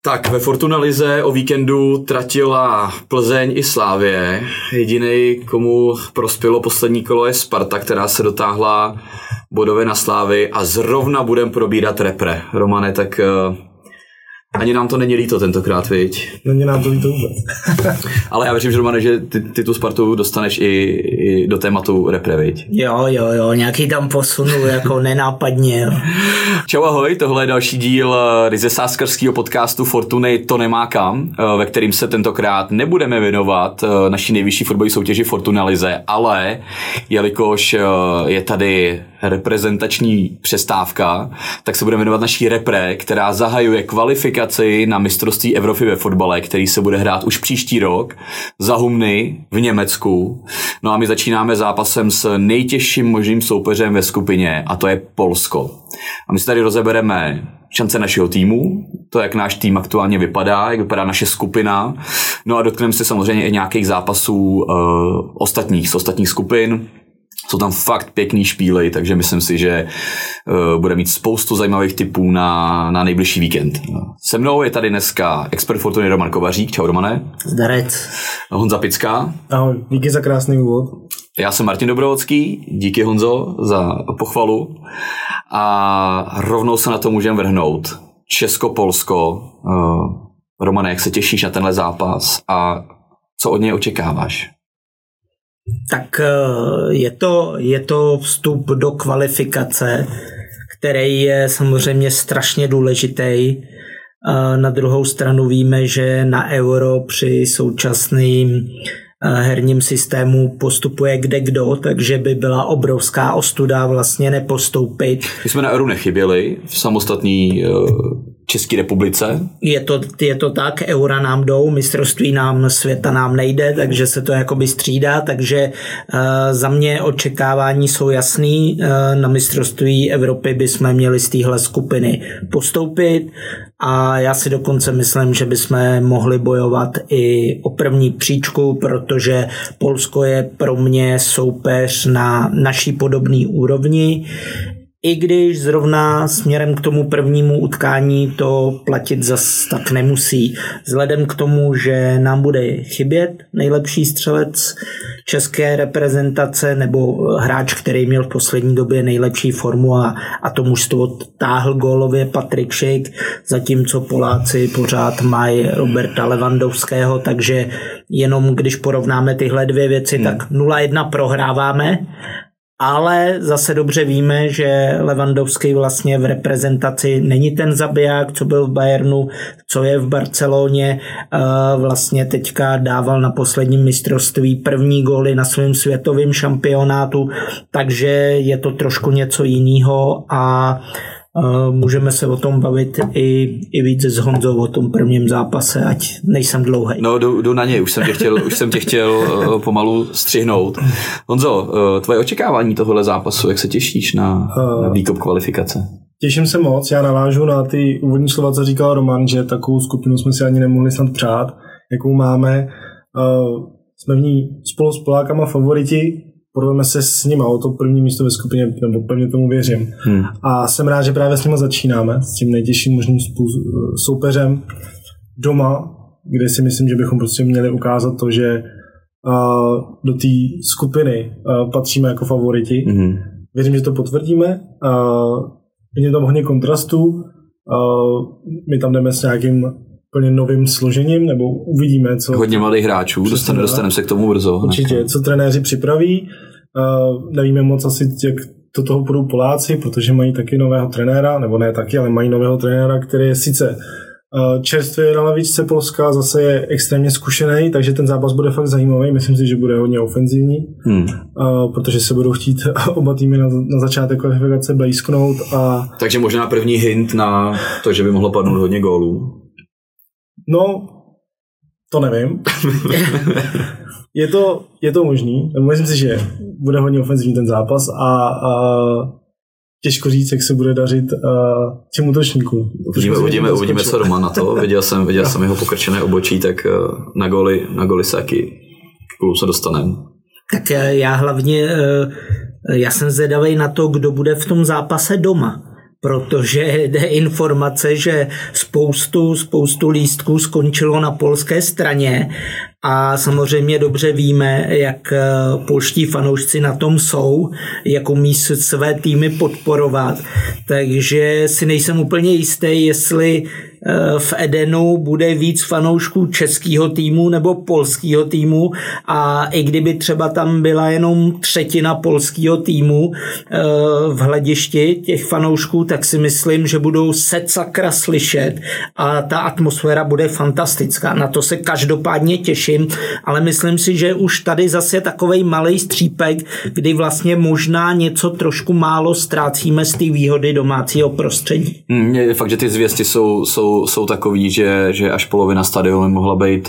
Tak ve Fortuna lize o víkendu tratila Plzeň i Slavie. Jedinej, komu prospělo poslední kolo, je Sparta, která se dotáhla bodově na Slávy a zrovna budeme probírat repre. Romane, tak ani nám to není líto tentokrát, viď? Není nám to líto vůbec. Ale já věřím, že Romane, že ty tu Spartu dostaneš i do tématu repre, viď? Jo, nějaký tam posunu, jako nenápadně. Jo. Čau ahoj, tohle je další díl ryzesářského podcastu Fortuny To nemá kam, ve kterým se tentokrát nebudeme věnovat naší nejvyšší fotbalové soutěži Fortuna lize, ale jelikož je tady reprezentační přestávka, tak se budeme věnovat naší repre, která zahajuje kvalifikaci na mistrovství Evropy ve fotbale, který se bude hrát už příští rok za Humny v Německu. No a my začínáme zápasem s nejtěžším možným soupeřem ve skupině a to je Polsko. A my si tady rozebereme šance našeho týmu, to, jak náš tým aktuálně vypadá, jak vypadá naše skupina, no a dotkneme se samozřejmě i nějakých zápasů z ostatních skupin. Jsou tam fakt pěkný špíly, takže myslím si, že bude mít spoustu zajímavých tipů na nejbližší víkend. Se mnou je tady dneska expert Fortuny Roman Kovařík. Čau Romane. Zdarec. Honza Pická. Ahoj, díky za krásný úvod. Já jsem Martin Dobrovodský, díky Honzo za pochvalu a rovnou se na to můžeme vrhnout. Česko-Polsko. Romane, jak se těšíš na tenhle zápas a co od něj očekáváš? Tak je to vstup do kvalifikace, který je samozřejmě strašně důležitý. Na druhou stranu víme, že na Euro při současném herním systému postupuje kdekdo, takže by byla obrovská ostuda vlastně nepostoupit. My jsme na Euro nechyběli v samostatný České republice. Je to tak, Eura nám jdou, mistrovství světa nám nejde, takže se to jakoby střídá, takže za mě očekávání jsou jasný. Na mistrovství Evropy bychom měli z téhle skupiny postoupit a já si dokonce myslím, že bychom mohli bojovat i o první příčku, protože Polsko je pro mě soupeř na naší podobné úrovni. I když zrovna směrem k tomu prvnímu utkání to platit zas tak nemusí. Vzhledem k tomu, že nám bude chybět nejlepší střelec české reprezentace nebo hráč, který měl v poslední době nejlepší formu a to mužstvo táhl gólově Patrik Schick, zatímco Poláci pořád mají Roberta Lewandowského, takže jenom když porovnáme tyhle dvě věci, tak 0-1 prohráváme. Ale zase dobře víme, že Lewandowski vlastně v reprezentaci není ten zabiják, co byl v Bayernu, co je v Barceloně. Vlastně teďka dával na posledním mistrovství první góly na svém světovém šampionátu, takže je to trošku něco jiného a můžeme se o tom bavit i víc s Honzou o tom prvním zápase, ať nejsem dlouhej. No, jdu na něj, už jsem tě chtěl pomalu střihnout. Honzo, tvoje očekávání tohohle zápasu, jak se těšíš na výkop kvalifikace? Těším se moc, já navážu na ty úvodní slova, co říkal Roman, že takovou skupinu jsme si ani nemohli snad přát, jakou máme. Jsme v ní spolu s Polákama favoriti, porveme se s nima o to první místo ve skupině, nebo pevně tomu věřím. A jsem rád, že právě s nima začínáme, s tím nejtěžším možným soupeřem doma, kde si myslím, že bychom prostě měli ukázat to, že do té skupiny patříme jako favoriti. Věřím, že to potvrdíme. Je tam hodně kontrastů. My tam jdeme s nějakým úplně novým složením, nebo uvidíme, co... Hodně mladých hráčů, dostaneme se k tomu brzo. Určitě, co trenéři připraví. Nevíme moc asi, jak do toho budou Poláci, protože mají taky nového trenéra, nebo ne taky, ale mají nového trenéra, který je sice čerstvě na lavičce Polska, zase je extrémně zkušený, takže ten zápas bude fakt zajímavý. Myslím si, že bude hodně ofenzivní, protože se budou chtít oba týmy na začátek kvalifikace blízknout. Takže možná první hint na to, že by mohlo padnout hodně gólů. No, to nevím. Je to možný. Myslím si, že bude hodně ofenzivní ten zápas a těžko říct, jak se bude dařit těm útočníkům. Uvidíme, co Roman na to. Viděl jsem jeho pokrčené obočí, tak na goli se taky se dostaneme. Tak já jsem zvědavej na to, kdo bude v tom zápase doma. protože jde informace, že spoustu lístků skončilo na polské straně a samozřejmě dobře víme, jak polští fanoušci na tom jsou, jak umí své týmy podporovat, takže si nejsem úplně jistý, jestli v Edenu bude víc fanoušků českého týmu nebo polského týmu a i kdyby třeba tam byla jenom třetina polského týmu v hledišti těch fanoušků, tak si myslím, že budou sakra slyšet a ta atmosféra bude fantastická. Na to se každopádně těším, ale myslím si, že už tady zase takovej malej střípek, kdy vlastně možná něco trošku málo ztrácíme z té výhody domácího prostředí. Je fakt, že ty zvěsti jsou takový, že až polovina stadionu mohla být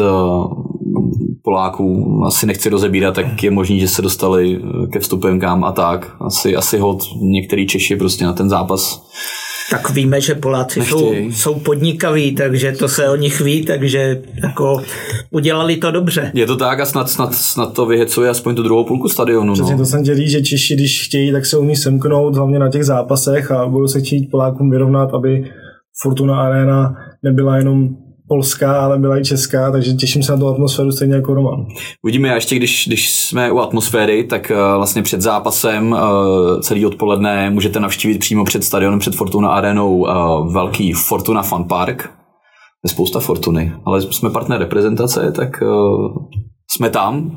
Poláků. Asi nechci rozebírat, tak je možný, že se dostali ke vstupenkám a tak. Asi hod některý Češi prostě na ten zápas. Tak víme, že Poláci jsou podnikaví, takže to se o nich ví, takže jako udělali to dobře. Je to tak a snad to vyhecuje aspoň tu druhou půlku stadionu. Přesně to jsem chtěl říct, že Češi, když chtějí, tak se umí semknout, hlavně na těch zápasech a budou se chtít Polákům vyrovnat, aby Fortuna Arena nebyla jenom polská, ale byla i česká, takže těším se na tu atmosféru stejně jako Roman. Uvidíme, a ještě když jsme u atmosféry, tak vlastně před zápasem celý odpoledne můžete navštívit přímo před stadionem, před Fortuna Arenou velký Fortuna Fun Park. Je spousta Fortuny, ale jsme partner reprezentace, tak jsme tam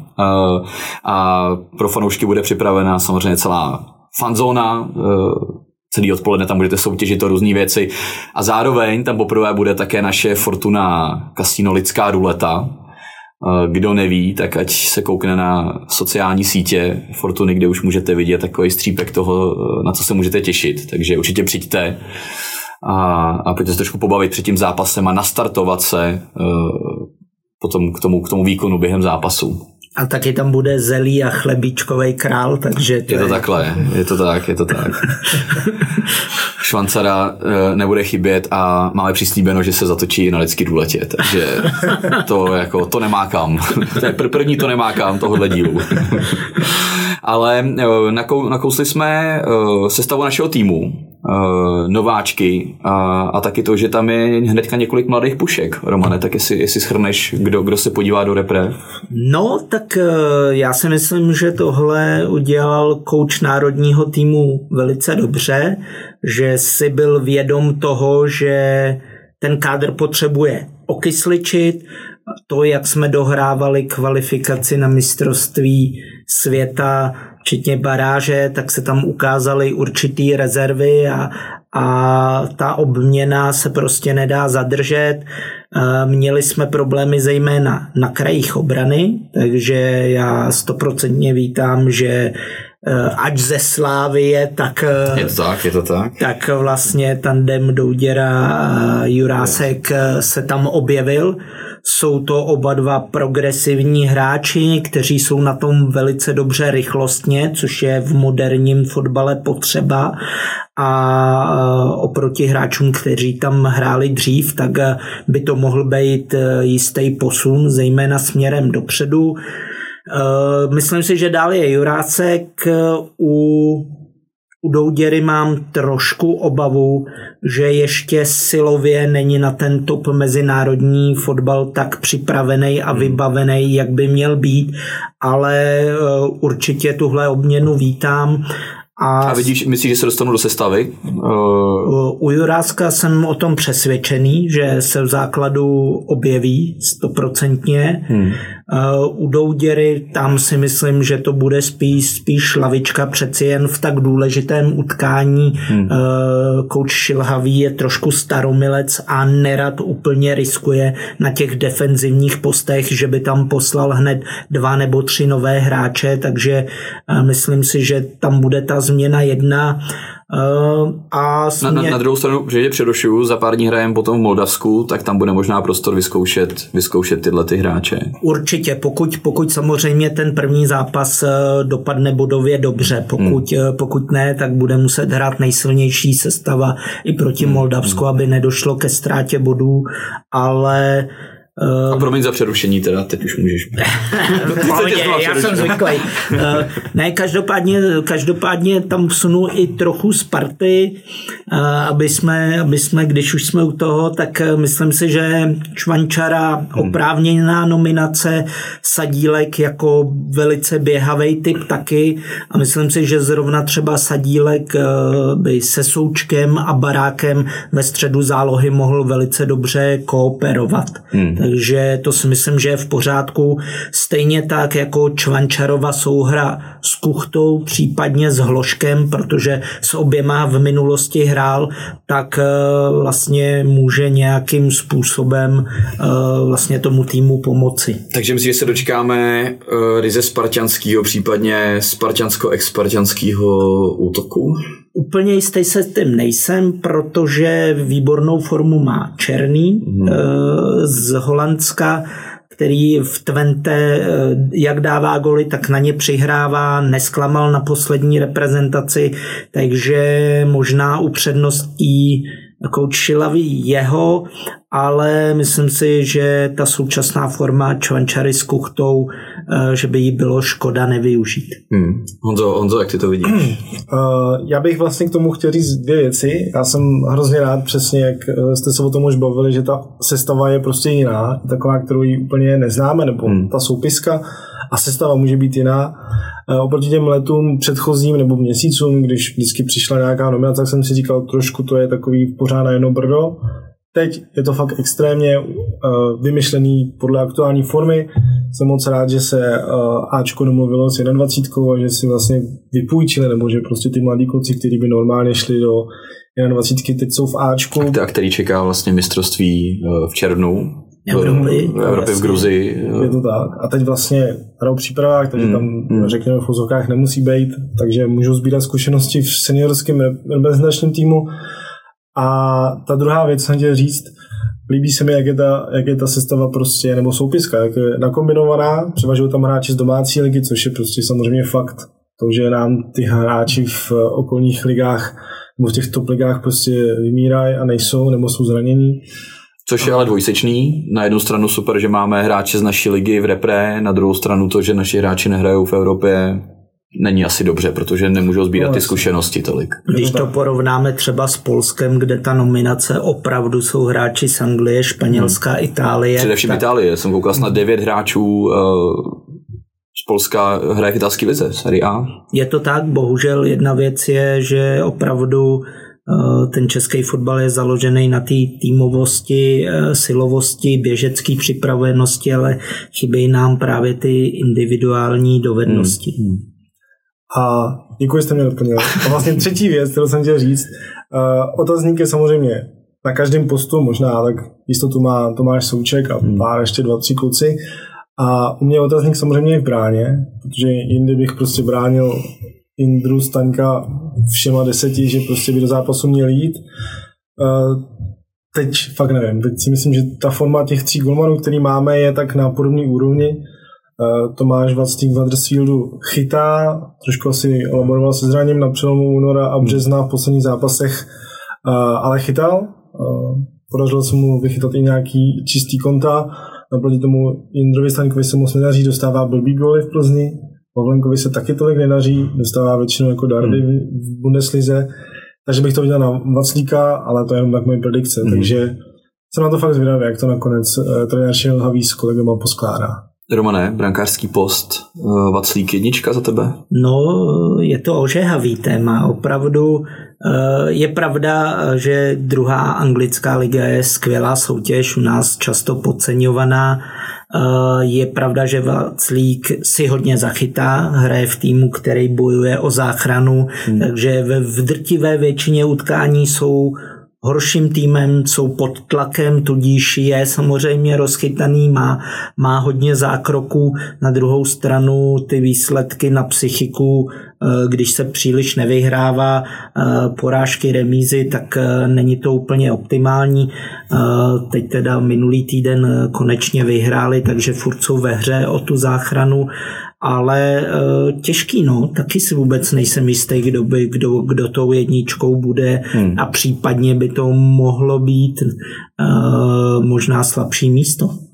a pro fanoušky bude připravena samozřejmě celá fanzóna. Celý odpoledne tam budete soutěžit o různý věci a zároveň tam poprvé bude také naše Fortuna Casino Lidská ruleta. Kdo neví, tak ať se koukne na sociální sítě Fortuny, kde už můžete vidět takový střípek toho, na co se můžete těšit. Takže určitě přijďte a pojďte se trošku pobavit před tím zápasem a nastartovat se potom k tomu výkonu během zápasu. A taky tam bude zelí a chlebíčkovej král, takže to je to takhle, je to tak. Švancara nebude chybět a máme přislíbeno, že se zatočí na lidský ruletě, takže to nemá kam. To je první to nemá kam tohohle dílu. Ale nakousli jsme sestavu našeho týmu, nováčky a taky to, že tam je hnedka několik mladých pušek. Romane, tak jestli shrneš, kdo se podívá do repre? No, tak já si myslím, že tohle udělal kouč národního týmu velice dobře, že si byl vědom toho, že ten kádr potřebuje okysličit. To, jak jsme dohrávali kvalifikaci na mistrovství světa, včetně baráže, tak se tam ukázaly určitý rezervy a ta obměna se prostě nedá zadržet. Měli jsme problémy zejména na krajích obrany, takže já 100% vítám, že ať ze Slávie, tak je to tak. Tak vlastně tandem Douděra Jurásek se tam objevil. Jsou to oba dva progresivní hráči, kteří jsou na tom velice dobře rychlostně, což je v moderním fotbale potřeba. A oproti hráčům, kteří tam hráli dřív, tak by to mohl být jistý posun, zejména směrem dopředu. Myslím si, že dál je Jurásek. U Douděry mám trošku obavu, že ještě silově není na ten top mezinárodní fotbal tak připravený a vybavený, jak by měl být, ale určitě tuhle obměnu vítám. A myslíš, že se dostanou do sestavy? U Juráska jsem o tom přesvědčený, že se v základu objeví 100%. U Douděry tam si myslím, že to bude spíš lavička, přeci jen v tak důležitém utkání. Kouč Šilhavý je trošku staromilec a nerad úplně riskuje na těch defenzivních postech, že by tam poslal hned 2 nebo 3 nové hráče, takže myslím si, že tam bude ta změna 1. Na druhou stranu, že je předošuju, za pár dní hrajem potom v Moldavsku, tak tam bude možná prostor vyzkoušet tyhle ty hráče. Určitě, pokud samozřejmě ten první zápas dopadne bodově dobře, pokud ne, tak bude muset hrát nejsilnější sestava i proti Moldavsku, aby nedošlo ke ztrátě bodů, ale A promiň za přerušení teda, teď už můžeš. Já jsem zvyklý. Ne, každopádně tam vsunu i trochu Sparty, aby jsme, když už jsme u toho, tak myslím si, že Čvančara oprávněná nominace, Sadílek jako velice běhavej typ taky a myslím si, že zrovna třeba Sadílek by se Součkem a Barákem ve středu zálohy mohl velice dobře kooperovat. Takže to si myslím, že je v pořádku. Stejně tak jako Čvančarova souhra s Kuchtou, případně s Hloškem, protože s oběma v minulosti hrál, tak vlastně může nějakým způsobem vlastně tomu týmu pomoci. Takže myslím, že se dočkáme ryze spartanského, případně spartansko-ex-spartanského útoku? Úplně jistý se tím nejsem, protože výbornou formu má Černý z Holandska, který v Twente jak dává goly, tak na ně přihrává, nesklamal na poslední reprezentaci, takže možná upředností Coach Šilavý jeho, ale myslím si, že ta současná forma Čvančary s Kuchtou, že by jí bylo škoda nevyužít. Honzo, jak ty to vidíš? Já bych vlastně k tomu chtěl říct dvě věci. Já jsem hrozně rád přesně, jak jste se o tom už bavili, že ta sestava je prostě jiná, taková, kterou ji úplně neznáme, nebo ta soupiska a sestava může být jiná. Oproti těm letům předchozím nebo měsícům, když vždycky přišla nějaká nominace, tak jsem si říkal, trošku to je takový pořád na jedno brdo. Teď je to fakt extrémně vymyšlený podle aktuální formy. Jsem moc rád, že se Ačko domluvilo s 21 a že si vlastně vypůjčili, nebo že prostě ty mladí kluci, kteří by normálně šli do 21, teď jsou v Ačku. A který čeká vlastně mistrovství v červnu. Evropy v Gruzii. Je to tak. A teď vlastně hrajou v přípravách, takže tam řekněme v úzovkách nemusí být, takže můžou sbírat zkušenosti v seniorském reprezentačním týmu. A ta druhá věc, jsem chtěl říct, líbí se mi, jak je ta sestava prostě, nebo soupiska, jak je nakombinovaná, převažují tam hráči z domácí ligy, což je prostě samozřejmě fakt. To, že nám ty hráči v okolních ligách nebo v těch top ligách prostě vymírají a nejsou, nebo jsou zranění. Což je ale dvojsečný. Na jednu stranu super, že máme hráče z naší ligy v repre, na druhou stranu to, že naši hráči nehrajou v Evropě, není asi dobře, protože nemůžou sbírat ty zkušenosti tolik. Když to porovnáme třeba s Polskem, kde ta nominace opravdu jsou hráči z Anglie, Španělska, Itálie. Především Itálie. Jsem koukal na 9 hráčů z Polska hraje v italské lize, Serie A. Je to tak, bohužel jedna věc je, že opravdu ten český fotbal je založený na té týmovosti, silovosti, běžecké připravenosti, ale chybějí nám právě ty individuální dovednosti. A děkuji, jste mě doplnil. A vlastně třetí věc, kterou jsem chtěl říct, otazník je samozřejmě na každém postu, možná tak jistotu má Tomáš Souček a pár ještě 2-3 kluci. A u mě je otazník samozřejmě v bráně, protože jindy bych prostě bránil Indru Staňka všema 10, že prostě by do zápasu měl jít. Teď fakt nevím, teď si myslím, že ta forma těch 3 golmanů, který máme, je tak na podobné úrovni. Tomáš Vaclík v Huddersfieldu chytá, trošku asi laboroval se zraněním na přelomu února a března v posledních zápasech, ale chytal. Podařilo se mu vychytat i nějaký čistý konta. Naproti tomu Jindrovi Staňkovi se moc nedaří, dostává blbý góly v Plzni. Pavlenkovi se taky tolik nedaří, dostává většinou jako dardy v Bundeslize. Takže bych to viděl na Vaclíka, ale to je jenom tak moje predikce. Takže jsem na to fakt zvědavý, jak to nakonec trenér Šilhavý s kolegama poskládá. Romane, brankářský post, Vaclík 1 za tebe? No, je to ožehavý téma. Opravdu je pravda, že druhá anglická liga je skvělá soutěž, u nás často podceňovaná. Je pravda, že Vaclík si hodně zachytá, hraje v týmu, který bojuje o záchranu, takže v drtivé většině utkání jsou horším týmem, jsou pod tlakem, tudíž je samozřejmě rozchytaný, má hodně zákroků. Na druhou stranu ty výsledky na psychiku, když se příliš nevyhrává, porážky, remízy, tak není to úplně optimální. Teď teda minulý týden konečně vyhráli, takže furt jsou ve hře o tu záchranu, ale těžký, no, taky si vůbec nejsem jistý, kdo tou jedničkou bude a případně by to mohlo být možná slabší místo.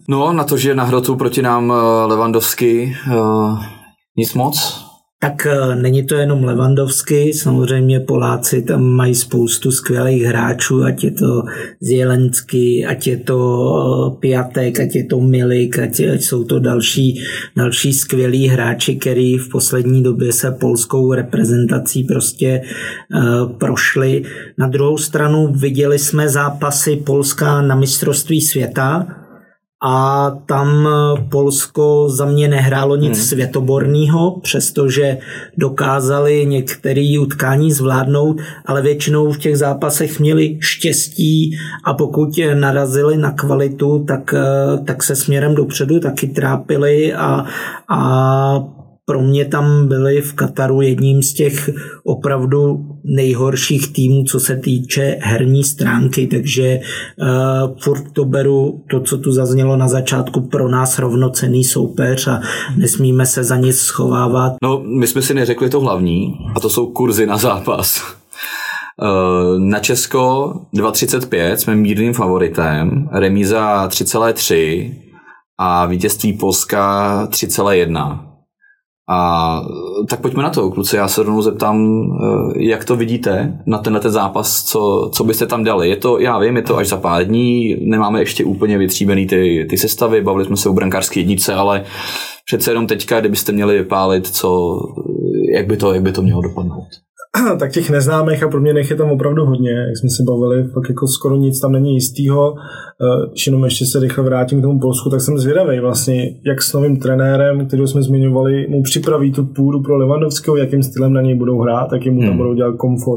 No, na to, že na hrotu proti nám Lewandowski nic moc. Tak není to jenom Lewandowski, samozřejmě Poláci tam mají spoustu skvělých hráčů, ať je to Zielenský, ať je to Piatek, ať je to Milik, ať jsou to další skvělí hráči, který v poslední době se polskou reprezentací prostě prošli. Na druhou stranu viděli jsme zápasy Polska na mistrovství světa, a tam Polsko za mě nehrálo nic světoborného, přestože dokázali některé utkání zvládnout, ale většinou v těch zápasech měli štěstí a pokud narazili na kvalitu, tak se směrem dopředu taky trápili a pro mě tam byli v Kataru jedním z těch opravdu nejhorších týmů, co se týče herní stránky, takže furt to beru, to, co tu zaznělo na začátku, pro nás rovnocenný soupeř a nesmíme se za nic schovávat. No, my jsme si neřekli to hlavní, a to jsou kurzy na zápas. Na Česko 2,35 jsme mírným favoritem, remíza 3,3 a vítězství Polska 3,1. A tak pojďme na to, kluci, já se rovnou zeptám, jak to vidíte na tenhle zápas, co byste tam dali. Je to, já vím, je to až za pár dní, nemáme ještě úplně vytříbený ty sestavy, bavili jsme se o brankářské jednice, ale přece jenom teďka, kdybyste měli vypálit, jak by to mělo dopadnout. Tak těch neznámých a proměnných je tam opravdu hodně, jak jsme se bavili, pak jako skoro nic tam není jistýho. Jenom ještě se rychle vrátím k tomu Polsku, tak jsem zvědavej vlastně, jak s novým trenérem, kterého jsme zmiňovali, mu připraví tu půdu pro Lewandowského, jakým stylem na něj budou hrát, jaký mu tam budou dělat komfort.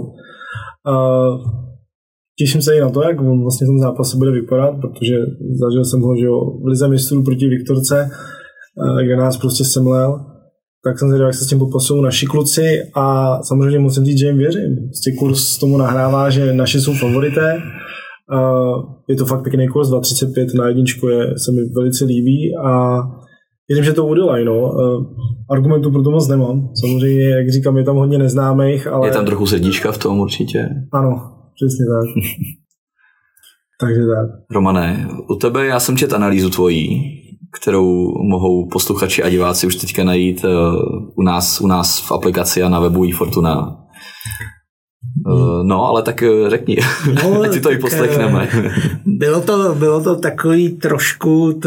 Těším se i na to, jak on vlastně ten zápas bude vypadat, protože zažil jsem ho, že v Lize mistrů proti Viktorce, kde nás prostě semlel. Tak jsem zvědavý, jak se s tím popasují naši kluci a samozřejmě musím říct, že jim věřím. Prostě kurz tomu nahrává, že naši jsou favorité. Je to fakt pěkný kurz, 2,35 na jedničku se mi velice líbí a věřím, že to udělají. No. Argumentů pro to moc nemám. Samozřejmě, jak říkám, je tam hodně neznámých, ale... Je tam trochu srdíčka v tom určitě. Ano, přesně tak. Takže tak. Romane, u tebe já jsem četl analýzu tvojí, kterou mohou posluchači a diváci už teďka najít u nás v aplikaci a na webu eFortuna. No, ale tak řekni, ať si to i poslechneme. Bylo to takový trošku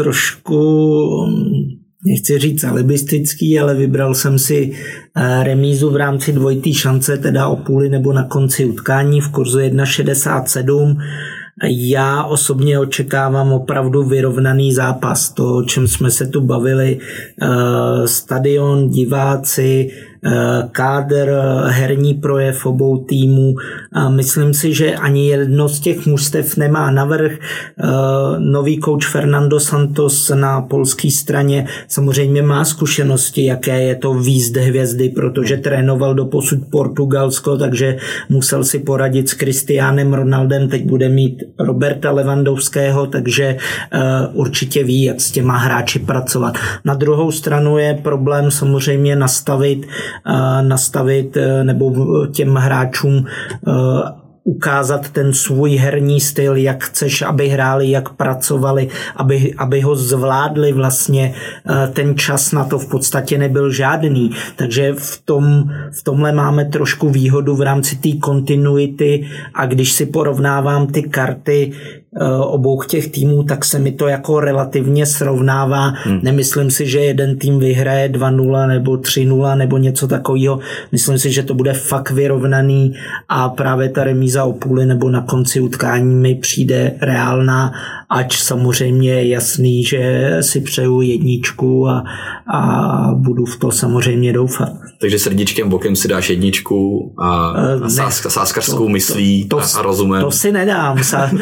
nechci říct alibistický, ale vybral jsem si remízu v rámci dvojitý šance, teda o půli nebo na konci utkání v kurzu 1,67. Já osobně očekávám opravdu vyrovnaný zápas. To, o čem jsme se tu bavili, stadion, diváci, kádr, herní projev obou týmů. Myslím si, že ani jedno z těch mužstev nemá navrch. Nový kouč Fernando Santos na polské straně samozřejmě má zkušenosti, jaké je to výjezd hvězdy, protože trénoval doposud Portugalsko, takže musel si poradit s Cristianem Ronaldem, teď bude mít Roberta Lewandowského, takže určitě ví, jak s těma hráči pracovat. Na druhou stranu je problém samozřejmě nastavit nebo těm hráčům ukázat ten svůj herní styl, jak chceš, aby hráli, jak pracovali, aby ho zvládli vlastně. Ten čas na to v podstatě nebyl žádný, takže v tomhle máme trošku výhodu v rámci té kontinuity a když si porovnávám ty karty obou těch týmů, tak se mi to jako relativně srovnává. Nemyslím si, že jeden tým vyhraje 2-0 nebo 3-0 nebo něco takového. Myslím si, že to bude fakt vyrovnaný a právě ta remíza o půli nebo na konci utkání mi přijde reálná, ač samozřejmě je jasný, že si přeju jedničku a budu v to samozřejmě doufat. Takže srdíčkem bokem si dáš jedničku a sáskařskou myslí a rozumem. To si nedám.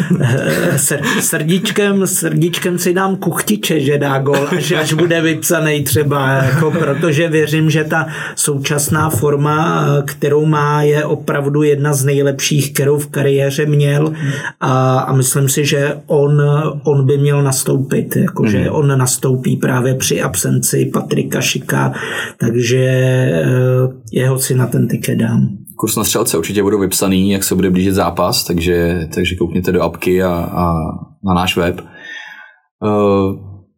Srdíčkem si dám kuchtiče, že dá gol, až bude vypsaný třeba, jako, protože věřím, že ta současná forma, kterou má, je opravdu jedna z nejlepších, kterou v kariéře měl a myslím si, že on by měl nastoupit, jakože on nastoupí právě při absenci Patrika Šika, takže jeho si na ten tiket dám. Kurz na střelce určitě budou vypsaný, jak se bude blížit zápas, takže koukněte do apky a na náš web.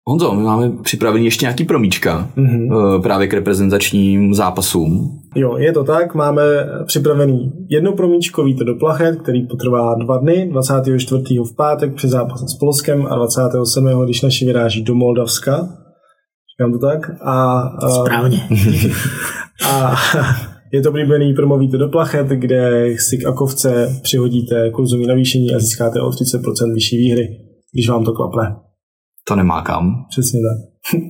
Honzo, my máme připravený ještě nějaký promíčka právě k reprezentačním zápasům. Jo, je to tak, máme připravený jedno promíčko Vítr do plachet, který potrvá 2 dny, 24. v pátek při zápase s Polskem a 27. když naši vyráží do Moldavska. Říkám to tak? Správně. A je to oblíbený promo Vítr do plachet, kde si k akovce přihodíte kurzový navýšení a získáte o 30% vyšší výhry, když vám to klapne. To nemá kam. Přesně tak.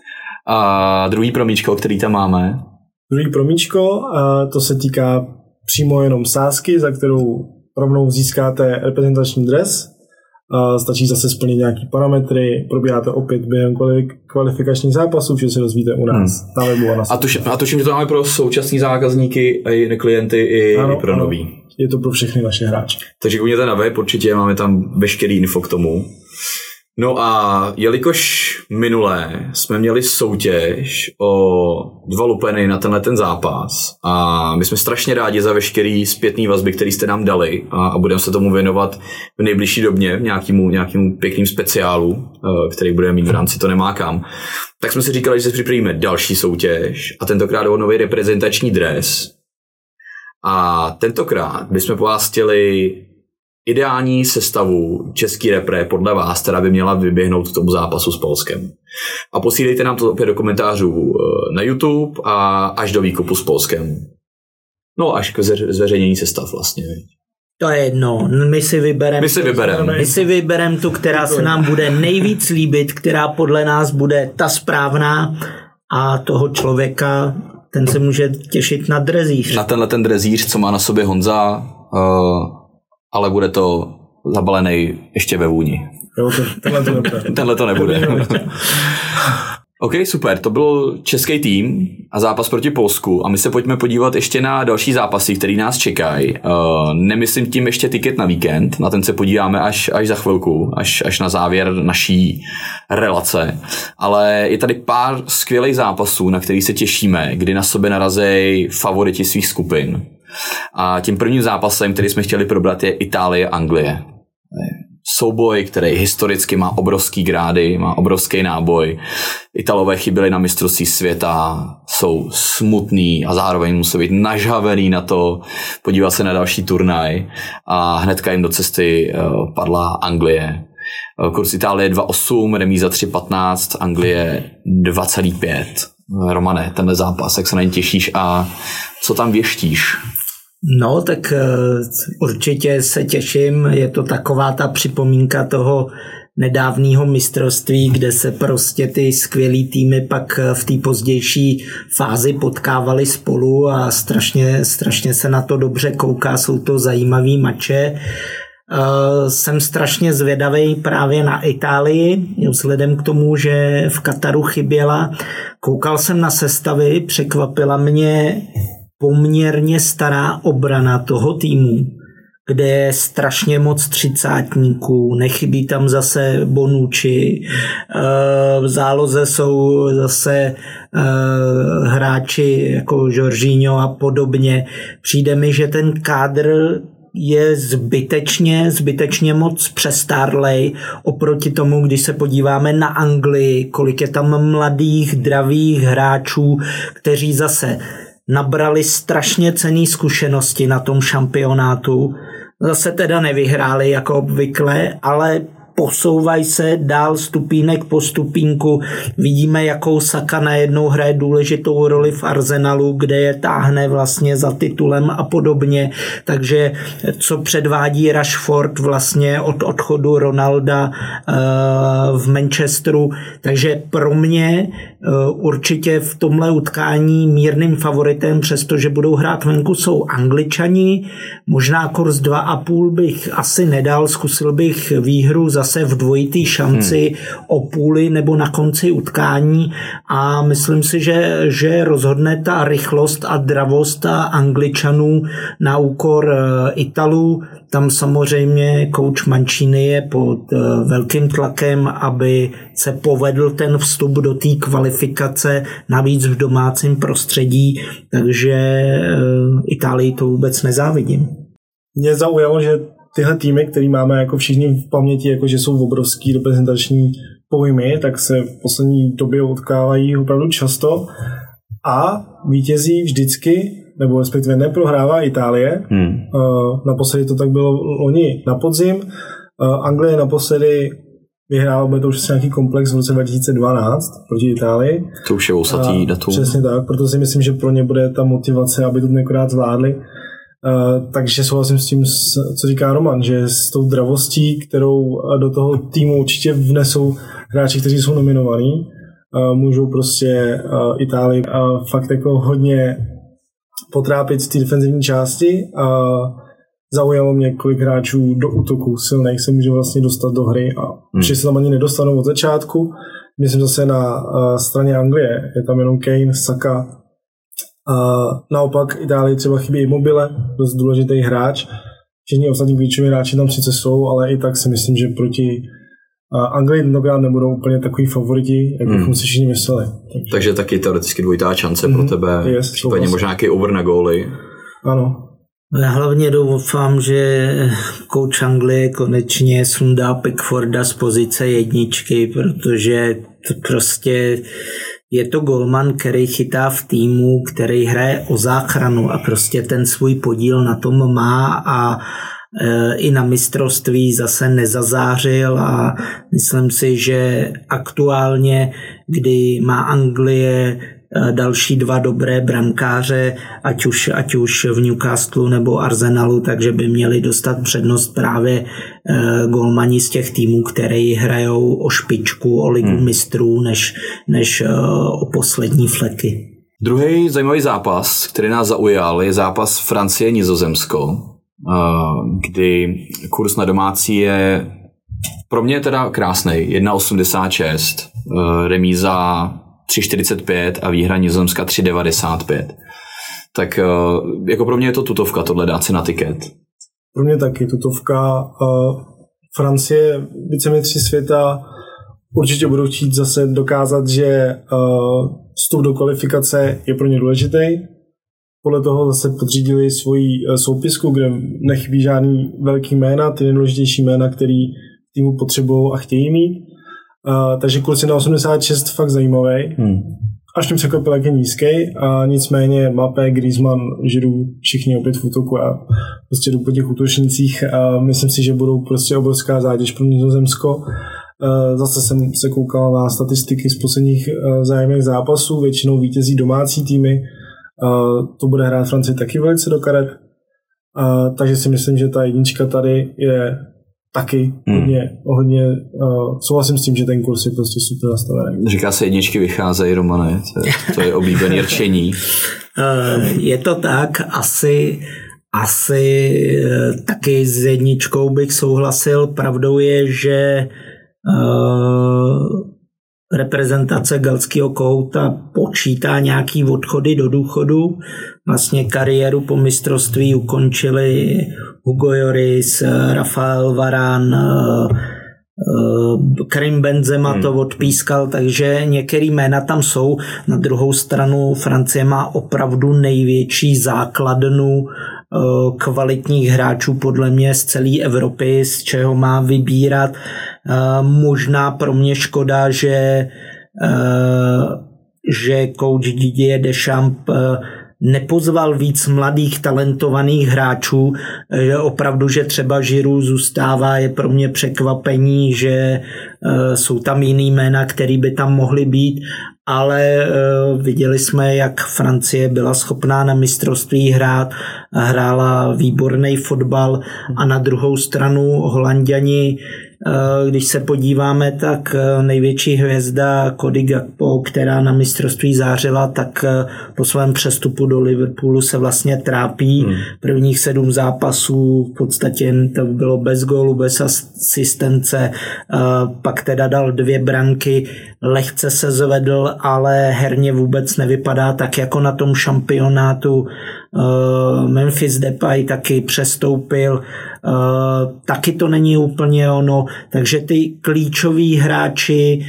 A druhý promíčko, který tam máme? Druhý promíčko, to se týká přímo jenom sázky, za kterou rovnou získáte reprezentační dres. Stačí zase splnit nějaký parametry, probíháte opět během kvalifikačních zápasů, že se dozvíte u nás na webu a na světě. A tuším, že to máme pro současné zákazníky, i klienty, i pro nový. Ano. Je to pro všechny naše hráče. Takže koukněte na web, určitě máme tam veškerý info k tomu. No a jelikož minulé jsme měli soutěž o 2 lupeny na ten zápas a my jsme strašně rádi za veškerý zpětný vazby, který jste nám dali a budeme se tomu věnovat v nejbližší době nějakému pěkným speciálu, který budeme mít v rámci To nemá kam, tak jsme si říkali, že se připravíme další soutěž a tentokrát o nový reprezentační dres a tentokrát bychom po vás chtěli ideální sestavu český repre podle vás, která by měla vyběhnout k tomu zápasu s Polskem. A posílejte nám to opět do komentářů na YouTube a až do výkupu s Polskem. No až k zveřejnění sestav vlastně. To je jedno, my si vybereme tu, která se nám bude nejvíc líbit, která podle nás bude ta správná a toho člověka, ten se může těšit na drezíř. Na ten drezíř, co má na sobě Honza, ale bude to zabalený ještě ve vůni. Jo, tenhle to nebude. OK, super, to byl český tým a zápas proti Polsku a my se pojďme podívat ještě na další zápasy, které nás čekají. Nemyslím tím ještě tiket na víkend, na ten se podíváme až za chvilku, až na závěr naší relace, ale je tady pár skvělých zápasů, na který se těšíme, kdy na sobě narazí favoriti svých skupin. A tím prvním zápasem, který jsme chtěli probrat, je Itálie-Anglie. Souboj, který historicky má obrovský grády, má obrovský náboj. Italové chyběli na mistrovství světa, jsou smutný a zároveň musí být nažhavený na to, podívat se na další turnaj a hnedka jim do cesty padla Anglie. Kurz Itálie 2,8, remíza 3,15, Anglie 2,5. Romane, tenhle zápas, jak se na ně těšíš a co tam věštíš? No, tak určitě se těším, je to taková ta připomínka toho nedávného mistrovství, kde se prostě ty skvělý týmy pak v té pozdější fázi potkávali spolu a strašně se na to dobře kouká, jsou to zajímavý mače. Jsem strašně zvědavý právě na Itálii, vzhledem k tomu, že v Kataru chyběla. Koukal jsem na sestavy, překvapila mě poměrně stará obrana toho týmu, kde je strašně moc třicátníků, nechybí tam zase Bonucci, v záloze jsou zase hráči jako Jorginho a podobně. Přijde mi, že ten kádr je zbytečně moc přestárlej oproti tomu, když se podíváme na Anglii, kolik je tam mladých, dravých hráčů, kteří zase nabrali strašně cenné zkušenosti na tom šampionátu. Zase teda nevyhráli jako obvykle, ale posouvají se dál stupínek po stupínku. Vidíme, jakou Saka najednou hraje důležitou roli v Arsenalu, kde je táhne vlastně za titulem a podobně. Takže co předvádí Rashford vlastně od odchodu Ronalda v Manchesteru. Takže pro mě určitě v tomhle utkání mírným favoritem, přestože budou hrát venku, jsou Angličani. Možná kurz 2,5 bych asi nedal, zkusil bych výhru zase v dvojitý šanci o půli nebo na konci utkání a myslím si, že rozhodne ta rychlost a dravost Angličanů na úkor Italů. Tam samozřejmě coach Mancini je pod velkým tlakem, aby se povedl ten vstup do té kvalifikace, navíc v domácím prostředí, takže Itálii to vůbec nezávidím. Mě zaujalo, že tyhle týmy, které máme jako všichni v paměti, jako že jsou obrovský reprezentační pojmy, tak se v poslední době utkávají opravdu často a vítězí vždycky, nebo respektive neprohrává Itálie. Naposledy to tak bylo loni na podzim. Anglie naposledy vyhrála, bude to už nějaký komplex v roce 2012 proti Itálii. To už je ousatý datum. Přesně tak, proto si myslím, že pro ně bude ta motivace, aby to tenkrát zvládli. Takže souhlasím s tím, co říká Roman, že s tou dravostí, kterou do toho týmu určitě vnesou hráči, kteří jsou nominovaní, můžou prostě Itálii fakt jako hodně potrápit z té defenzivní části. Zaujalo mě, kolik hráčů do útoku silných se může vlastně dostat do hry a že se tam ani nedostanou od začátku. Myslím zase na straně Anglie, je tam jenom Kane, Saka. Naopak Itálii třeba chybí Immobile, dost důležitý hráč. Všichni ostatní klíčoví hráči tam sice jsou, ale i tak si myslím, že proti Anglii tentokrát nebudou úplně takový favoriti, jak bychom si všichni mysleli. Takže taky teoreticky dvojitá šance pro tebe, případně možná nějaký over na góly. Ano. Já hlavně doufám, že kouč Anglie konečně sundá Pickforda z pozice jedničky, protože to prostě je to golman, který chytá v týmu, který hraje o záchranu a prostě ten svůj podíl na tom má a i na mistrovství zase nezazářil a myslím si, že aktuálně, kdy má Anglie další dva dobré brankáře, ať už v Newcastlu nebo Arsenalu, takže by měli dostat přednost právě golmani z těch týmů, které hrajou o špičku, o ligu mistrů, než o poslední fleky. Druhý zajímavý zápas, který nás zaujal, je zápas Francie-Nizozemsko, kdy kurz na domácí je pro mě teda krásný, 1,86, remíza 3,45 a výhra Nizozemska 3,95. Tak jako pro mě je to tutovka, tohle dát si na tiket. Pro mě taky tutovka. Francie, vicemistři světa, určitě budou chtít zase dokázat, že vstup do kvalifikace je pro ně důležitý. Podle toho zase podřídili svoji soupisku, kde nechybí žádný velký jména, ty nejdůležitější jména, který týmu potřebují a chtějí mít. Takže kurz je na 86 fakt zajímavý. Až mě překvapil, jak je nízký. Nicméně Mbappé, Griezmann, Giroud, všichni opět v útoku a prostě jdu po těch útočnících. Myslím si, že budou prostě obrovská zátěž pro Nizozemsko. Zase jsem se koukal na statistiky z posledních vzájemných zápasů. Většinou vítězí domácí týmy. To bude hrát Francie taky velice do karet. Takže si myslím, že ta jednička tady je taky hodně souhlasím s tím, že ten kurz je prostě super nastavený. Říká se, jedničky vycházejí, Romane, to je oblíbený rčení. Je to tak, asi taky s jedničkou bych souhlasil. Pravdou je, že reprezentace galského kouta počítá nějaký odchody do důchodu. Vlastně kariéru po mistrovství ukončili Hugo Lloris, Rafael Varane, Karim Benzema to odpískal, takže některé jména tam jsou. Na druhou stranu Francie má opravdu největší základnu kvalitních hráčů podle mě z celé Evropy, z čeho má vybírat. Možná pro mě škoda, že coach Didier Deschamps nepozval víc mladých talentovaných hráčů, že opravdu, že třeba Giroud zůstává, je pro mě překvapení, že jsou tam jiný jména, který by tam mohly být, ale viděli jsme, jak Francie byla schopná na mistrovství hrát, hrála výborný fotbal a na druhou stranu Holanďani, když se podíváme, tak největší hvězda Cody Gakpo, která na mistrovství zářila, tak po svém přestupu do Liverpoolu se vlastně trápí. Prvních 7 zápasů v podstatě to bylo bez gólu, bez asistence, pak teda dal 2 branky, lehce se zvedl, ale herně vůbec nevypadá tak jako na tom šampionátu Memphis Depay taky přestoupil, taky to není úplně ono, takže ty klíčoví hráči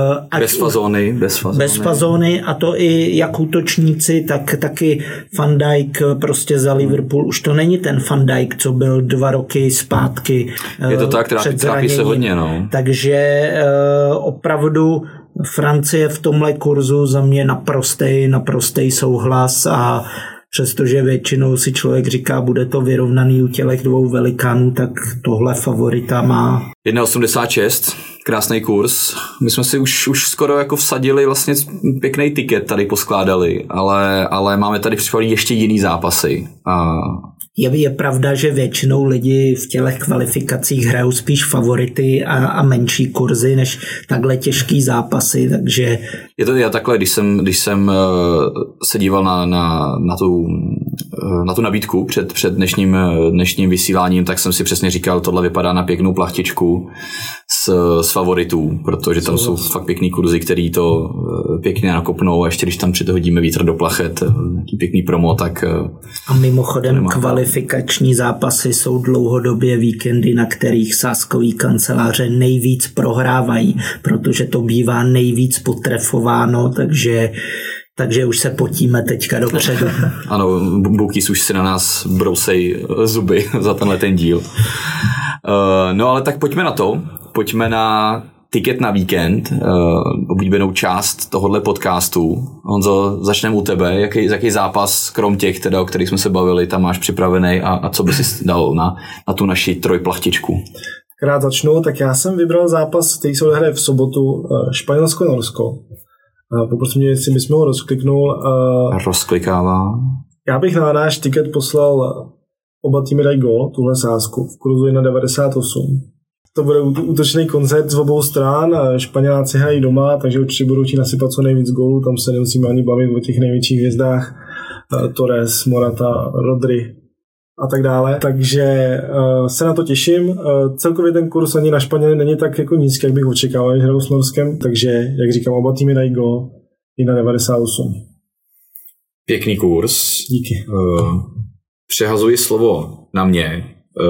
bez fazóny a to i jak útočníci, tak taky Van Dijk prostě za Liverpool, už to není ten Van Dijk, co byl 2 roky zpátky. Je to tak, trápí se hodně, no. Takže opravdu Francie v tomhle kurzu za mě naprostej souhlas a přestože většinou si člověk říká, bude to vyrovnaný u těch 2 velikánů, tak tohle favorita má. 1,86, krásný kurz. My jsme si už skoro jako vsadili vlastně pěkný tiket tady poskládali, ale máme tady připravený ještě jiný zápasy. Je pravda, že většinou lidi v těch kvalifikacích hrajou spíš favority a menší kurzy než takhle těžký zápasy, takže... Je to já takhle, když jsem se díval na tu nabídku před dnešním vysíláním, tak jsem si přesně říkal, tohle vypadá na pěknou plachtičku z favoritů, protože tam jsou fakt pěkný kurzy, který to pěkně nakopnou a ještě když tam přihodíme vítr do plachet, nějaký pěkný promo, tak... A mimochodem kvalifikační zápasy jsou dlouhodobě víkendy, na kterých sázkový kanceláře nejvíc prohrávají, protože to bývá nejvíc potrefováno, takže už se potíme teďka dopředu. Ano, bookies už si na nás brousej zuby za tenhle ten díl. No ale tak pojďme na to. Pojďme na tiket na víkend, oblíbenou část tohohle podcastu. Honzo, začneme u tebe. Jaký zápas, krom těch, o kterých jsme se bavili, tam máš připravený a co by si dal na tu naši trojplachtičku? Rád začnu, tak já jsem vybral zápas, který se odehraje v sobotu, Španělsko-Norsko. Poprosím mě, jestli bys mi ho rozkliknul. Rozklikává. Já bych na náš tiket poslal oba týmy dají gól, tuhle sázku, v kurzu 1,98. To bude útočný koncert z obou stran, Španěláci hrají doma, takže určitě budou chtít nasypat co nejvíc gólů, tam se nemusíme ani bavit o těch největších hvězdách, Torres, Morata, Rodri a tak dále, takže se na to těším. Celkově ten kurz ani na Španělii není tak jako nízký, jak bych očekával, když hrajou s Norskem, takže, jak říkám, oba týmy dají gól, 1,98. Pěkný kurz. Díky. Přehazuji slovo na mě.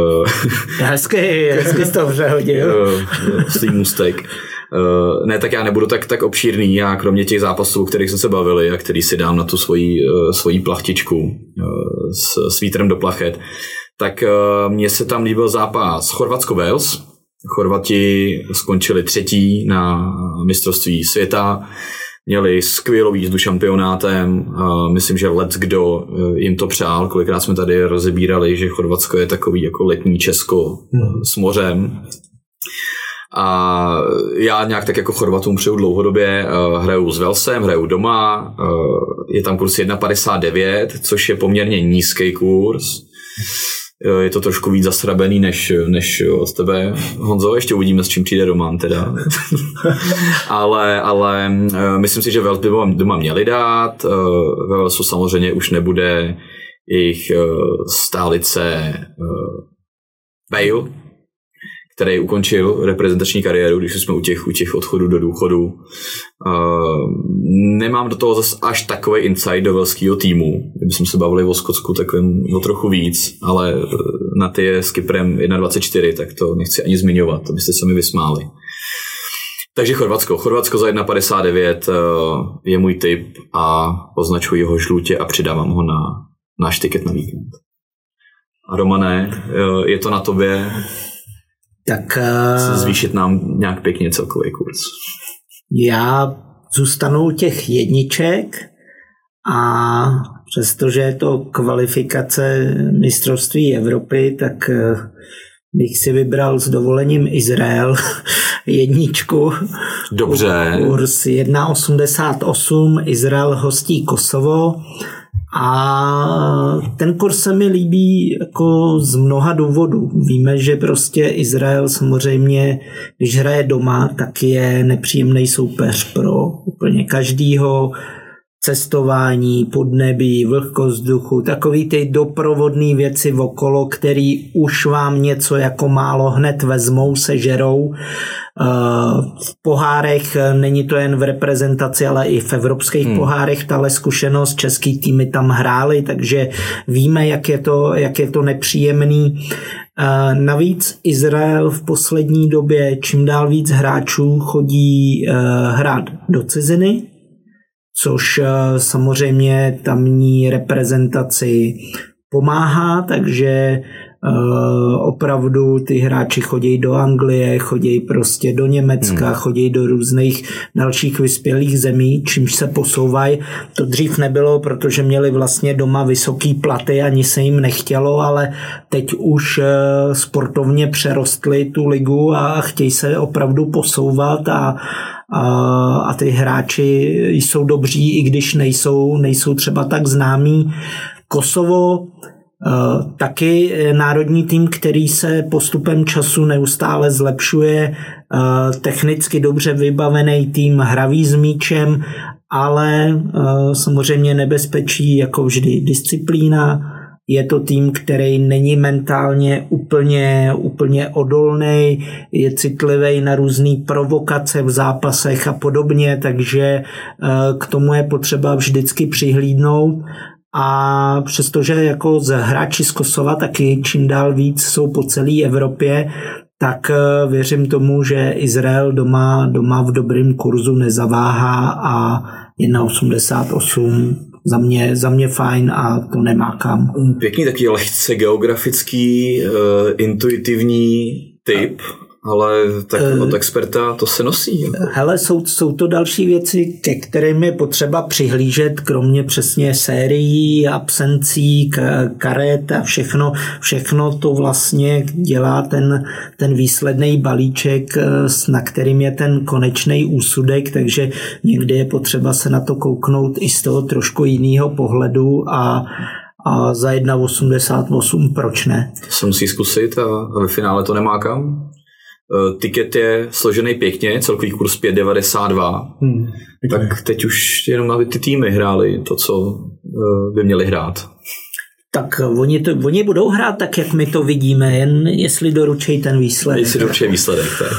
Hezky jsi to přehodil. Svý můstek. Ne, tak já nebudu tak obšírný, já kromě těch zápasů, o kterých jsme se bavili a který si dám na tu svoji plachtičku s vítrem do plachet, tak mně se tam líbil zápas Chorvatsko-Wales. Chorvati skončili 3. na mistrovství světa, měli skvělou jízdu šampionátem, myslím, že kdo jim to přál, kolikrát jsme tady rozebírali, že Chorvatsko je takový jako letní Česko s mořem. A já nějak tak jako Chorvatům přeju dlouhodobě, hraju s Walesem, hraju doma, je tam kurz 1,59, což je poměrně nízký kurz. Je to trošku víc zasrabený než od tebe, Honzo, ještě uvidíme, s čím přijde Roman teda. ale myslím si, že Wales by doma měli dát. Ve Walesu samozřejmě už nebude jejich stálice Bale, který ukončil reprezentační kariéru, když jsme u těch odchodů do důchodu. Nemám do toho zase až takový insight do velského týmu. Kdybychom se bavili o Skotsku, tak vím o trochu víc, ale na ty je s Kyprem 1,24, tak to nechci ani zmiňovat, to byste se mi vysmáli. Takže Chorvatsko za 1,59 je můj tip a označuji ho žlutě a přidávám ho na náš tiket na víkend. A Romane, je to na tobě? Tak zvýšit nám nějak pěkně celkový kurz. Já zůstanu u těch jedniček a přestože je to kvalifikace mistrovství Evropy, tak bych si vybral s dovolením Izrael jedničku. Dobře. Kurz 1,88, Izrael hostí Kosovo. A ten kurz se mi líbí jako z mnoha důvodů. Víme, že prostě Izrael samozřejmě, když hraje doma, tak je nepříjemný soupeř pro úplně každýho. cestování, podnebí, vlhkost vzduchu, takový ty doprovodné věci okolo, který už vám něco jako málo hned vezmou, sežerou. V pohárech, není to jen v reprezentaci, ale i v evropských pohárech tahle zkušenost, český týmy tam hrály, takže víme, jak je to nepříjemný. Navíc Izrael v poslední době čím dál víc hráčů chodí hrát do ciziny, což samozřejmě tamní reprezentaci pomáhá, takže opravdu ty hráči chodí do Anglie, chodí prostě do Německa, chodí do různých dalších vyspělých zemí, čímž se posouvají. To dřív nebylo, protože měli vlastně doma vysoký platy, ani se jim nechtělo, ale teď už sportovně přerostli tu ligu a chtějí se opravdu posouvat a ty hráči jsou dobří, i když nejsou třeba tak známí. Kosovo taky národní tým, který se postupem času neustále zlepšuje, technicky dobře vybavený tým, hravý s míčem, ale samozřejmě nebezpečí jako vždy disciplína. Je to tým, který není mentálně úplně odolný, je citlivý na různé provokace v zápasech a podobně, takže k tomu je potřeba vždycky přihlídnout. A přestože jako hráči z Kosova taky čím dál víc jsou po celé Evropě, tak věřím tomu, že Izrael doma v dobrém kurzu nezaváhá a 1,88 za mě fajn a to nemá kam. Pěkný taky lehce geografický, intuitivní tip. Ale tak od experta to se nosí. Hele, jsou to další věci, ke kterým je potřeba přihlížet, kromě přesně sérií, absencí, karet a všechno to vlastně dělá ten výsledný balíček, na kterým je ten konečný úsudek, takže někdy je potřeba se na to kouknout i z toho trošku jiného pohledu a za 1,88 proč ne? To se musí zkusit a ve finále to nemá kam. Tiket je složený pěkně, celkový kurz 5,92. Tak teď už jenom aby ty týmy hráli to, co by měli hrát. Tak oni budou hrát tak, jak my to vidíme, jen jestli doručejí ten výsledek. Jestli doručejí výsledek, tak.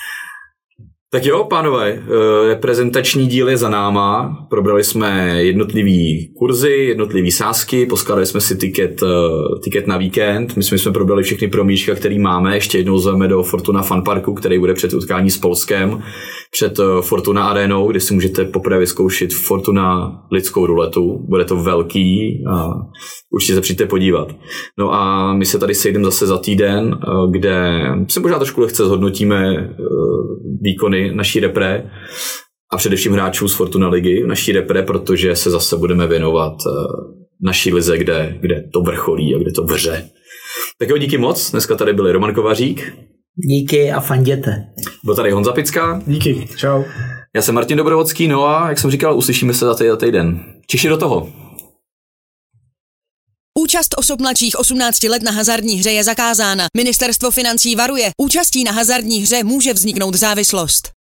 Tak jo, pánové, reprezentační díl je za náma. Probrali jsme jednotlivý kurzy, jednotlivý sázky, poskládali jsme si tiket na víkend. My jsme probrali všechny promíčka, který máme. Ještě jednou zveme do Fortuna Fun Parku, který bude před utkání s Polskem, před Fortuna Arenou, kde si můžete poprvé vyzkoušet Fortuna lidskou ruletu. Bude to velký a určitě se přijďte podívat. No a my se tady sejdeme zase za týden, kde se možná trošku lehce zhodnotíme výkony naší repre a především hráčů z Fortuna ligy naší repre, protože se zase budeme věnovat naší lize, kde to vrcholí a kde to vře. Tak jo, díky moc. Dneska tady byl Roman Kovařík. Díky a fanděte. Byl tady Honza Picka. Díky, čau. Já jsem Martin Dobrovodský, no a jak jsem říkal, uslyšíme se za týden. Těši do toho. Účast osob mladších 18 let na hazardní hře je zakázána. Ministerstvo financí varuje, účastí na hazardní hře může vzniknout závislost.